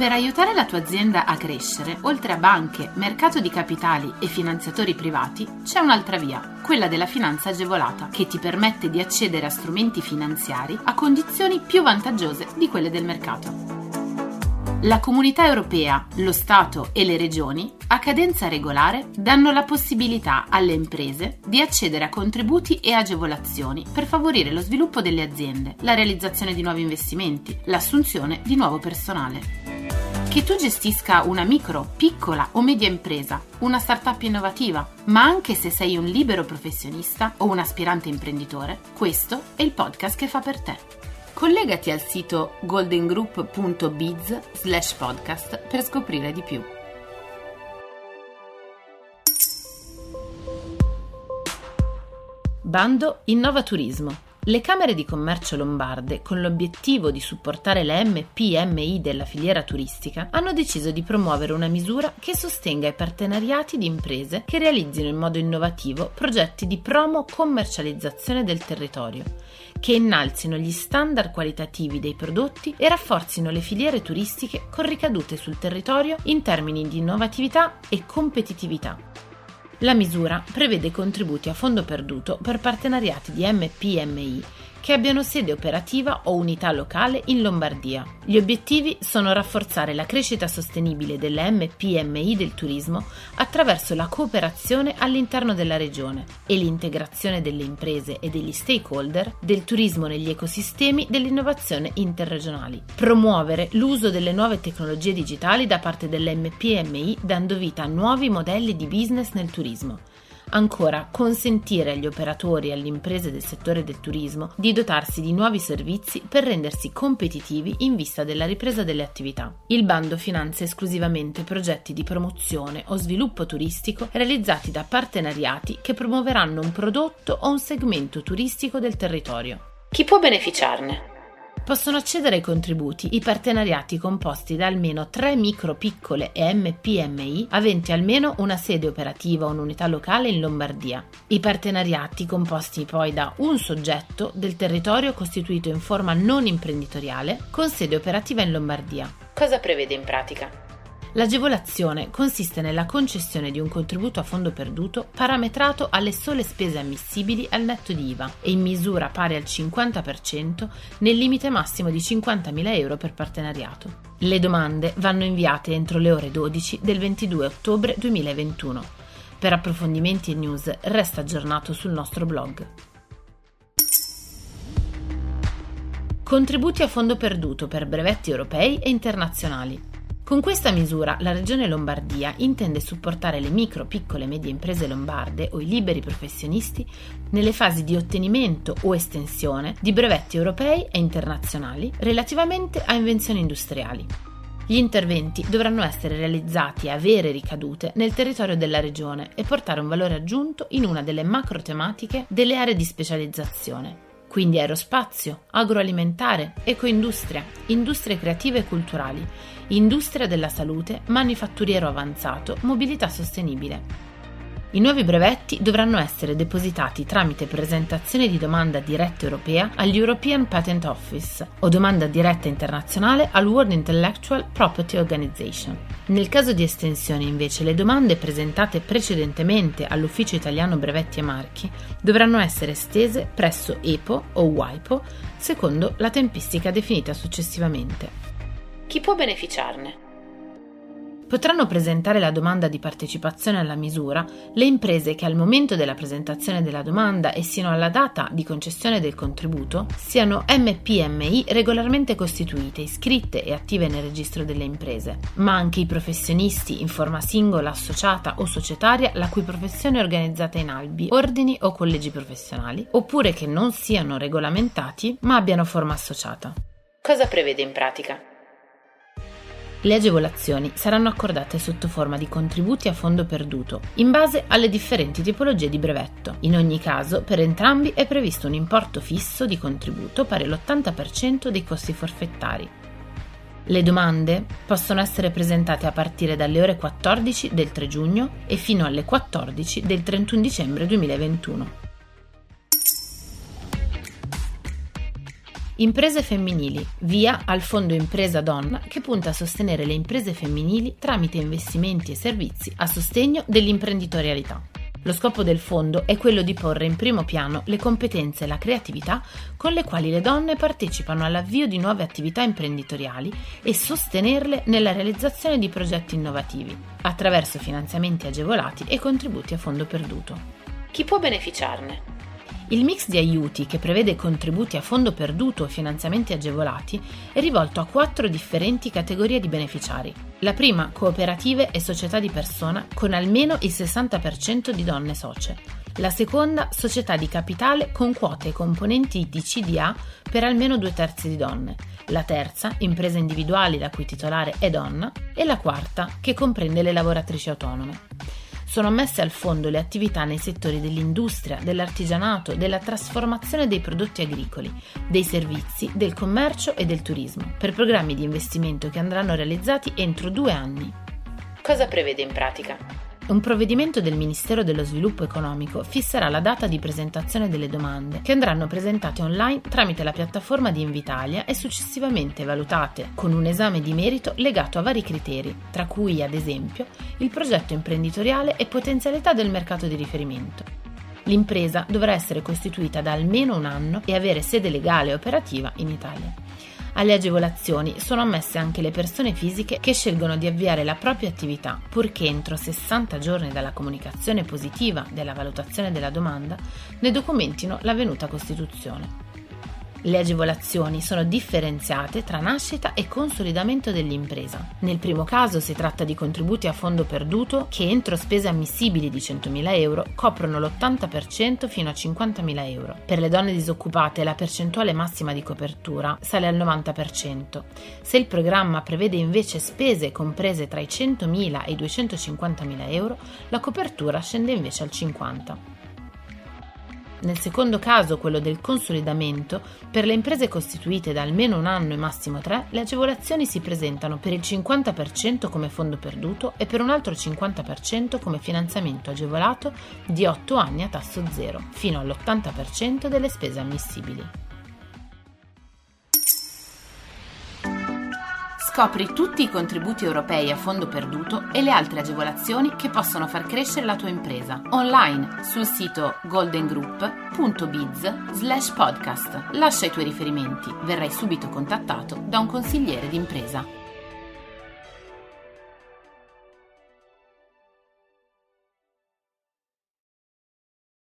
Per aiutare la tua azienda a crescere, oltre a banche, mercato di capitali e finanziatori privati, c'è un'altra via, quella della finanza agevolata, che ti permette di accedere a strumenti finanziari a condizioni più vantaggiose di quelle del mercato. La Comunità Europea, lo Stato e le Regioni, a cadenza regolare, danno la possibilità alle imprese di accedere a contributi e agevolazioni per favorire lo sviluppo delle aziende, la realizzazione di nuovi investimenti, l'assunzione di nuovo personale. Che tu gestisca una micro, piccola o media impresa, una startup innovativa, ma anche se sei un libero professionista o un aspirante imprenditore, questo è il podcast che fa per te. Collegati al sito goldengroup.biz/podcast per scoprire di più. Bando Innovaturismo. Le Camere di Commercio lombarde, con l'obiettivo di supportare le MPMI della filiera turistica, hanno deciso di promuovere una misura che sostenga i partenariati di imprese che realizzino in modo innovativo progetti di promo-commercializzazione del territorio, che innalzino gli standard qualitativi dei prodotti e rafforzino le filiere turistiche con ricadute sul territorio in termini di innovatività e competitività. La misura prevede contributi a fondo perduto per partenariati di MPMI che abbiano sede operativa o unità locale in Lombardia. Gli obiettivi sono rafforzare la crescita sostenibile delle MPMI del turismo attraverso la cooperazione all'interno della regione e l'integrazione delle imprese e degli stakeholder del turismo negli ecosistemi dell'innovazione interregionali. Promuovere l'uso delle nuove tecnologie digitali da parte delle MPMI dando vita a nuovi modelli di business nel turismo. Ancora, consentire agli operatori e alle imprese del settore del turismo di dotarsi di nuovi servizi per rendersi competitivi in vista della ripresa delle attività. Il bando finanzia esclusivamente progetti di promozione o sviluppo turistico realizzati da partenariati che promuoveranno un prodotto o un segmento turistico del territorio. Chi può beneficiarne? Possono accedere ai contributi i partenariati composti da almeno 3 micro, piccole e MPMI aventi almeno una sede operativa o un'unità locale in Lombardia. I partenariati composti poi da un soggetto del territorio costituito in forma non imprenditoriale con sede operativa in Lombardia. Cosa prevede in pratica? L'agevolazione consiste nella concessione di un contributo a fondo perduto parametrato alle sole spese ammissibili al netto di IVA e in misura pari al 50% nel limite massimo di 50.000 euro per partenariato. Le domande vanno inviate entro le ore 12 del 22 ottobre 2021. Per approfondimenti e news resta aggiornato sul nostro blog. Contributi a fondo perduto per brevetti europei e internazionali. Con questa misura la Regione Lombardia intende supportare le micro, piccole e medie imprese lombarde o i liberi professionisti nelle fasi di ottenimento o estensione di brevetti europei e internazionali relativamente a invenzioni industriali. Gli interventi dovranno essere realizzati e avere ricadute nel territorio della Regione e portare un valore aggiunto in una delle macro tematiche delle aree di specializzazione. Quindi aerospazio, agroalimentare, ecoindustria, industrie creative e culturali, industria della salute, manifatturiero avanzato, mobilità sostenibile. I nuovi brevetti dovranno essere depositati tramite presentazione di domanda diretta europea agli European Patent Office o domanda diretta internazionale al World Intellectual Property Organization. Nel caso di estensione, invece, le domande presentate precedentemente all'Ufficio Italiano Brevetti e Marchi dovranno essere estese presso EPO o WIPO secondo la tempistica definita successivamente. Chi può beneficiarne? Potranno presentare la domanda di partecipazione alla misura le imprese che al momento della presentazione della domanda e sino alla data di concessione del contributo siano MPMI regolarmente costituite, iscritte e attive nel registro delle imprese, ma anche i professionisti in forma singola, associata o societaria la cui professione è organizzata in albi, ordini o collegi professionali, oppure che non siano regolamentati ma abbiano forma associata. Cosa prevede in pratica? Le agevolazioni saranno accordate sotto forma di contributi a fondo perduto, in base alle differenti tipologie di brevetto. In ogni caso, per entrambi è previsto un importo fisso di contributo pari all'80% dei costi forfettari. Le domande possono essere presentate a partire dalle ore 14 del 3 giugno e fino alle 14 del 31 dicembre 2021. Imprese femminili, via al Fondo Impresa Donna che punta a sostenere le imprese femminili tramite investimenti e servizi a sostegno dell'imprenditorialità. Lo scopo del fondo è quello di porre in primo piano le competenze e la creatività con le quali le donne partecipano all'avvio di nuove attività imprenditoriali e sostenerle nella realizzazione di progetti innovativi, attraverso finanziamenti agevolati e contributi a fondo perduto. Chi può beneficiarne? Il mix di aiuti, che prevede contributi a fondo perduto e finanziamenti agevolati, è rivolto a 4 differenti categorie di beneficiari. La prima, cooperative e società di persona con almeno il 60% di donne socie. La seconda, società di capitale con quote e componenti di CDA per almeno 2/3 di donne. La terza, imprese individuali la cui titolare è donna. E la quarta, che comprende le lavoratrici autonome. Sono ammesse al fondo le attività nei settori dell'industria, dell'artigianato, della trasformazione dei prodotti agricoli, dei servizi, del commercio e del turismo, per programmi di investimento che andranno realizzati entro 2 anni. Cosa prevede in pratica? Un provvedimento del Ministero dello Sviluppo Economico fisserà la data di presentazione delle domande, che andranno presentate online tramite la piattaforma di Invitalia e successivamente valutate con un esame di merito legato a vari criteri, tra cui, ad esempio, il progetto imprenditoriale e potenzialità del mercato di riferimento. L'impresa dovrà essere costituita da almeno 1 anno e avere sede legale e operativa in Italia. Alle agevolazioni sono ammesse anche le persone fisiche che scelgono di avviare la propria attività, purché entro 60 giorni dalla comunicazione positiva della valutazione della domanda ne documentino l'avvenuta costituzione. Le agevolazioni sono differenziate tra nascita e consolidamento dell'impresa. Nel primo caso si tratta di contributi a fondo perduto che entro spese ammissibili di 100.000 euro coprono l'80% fino a 50.000 euro. Per le donne disoccupate la percentuale massima di copertura sale al 90%. Se il programma prevede invece spese comprese tra i 100.000 e i 250.000 euro, la copertura scende invece al 50%. Nel secondo caso, quello del consolidamento, per le imprese costituite da almeno 1 anno e massimo 3, le agevolazioni si presentano per il 50% come fondo perduto e per un altro 50% come finanziamento agevolato di 8 anni a tasso zero, fino all'80% delle spese ammissibili. Scopri tutti i contributi europei a fondo perduto e le altre agevolazioni che possono far crescere la tua impresa online sul sito goldengroup.biz/podcast. Lascia i tuoi riferimenti, verrai subito contattato da un consigliere d'impresa.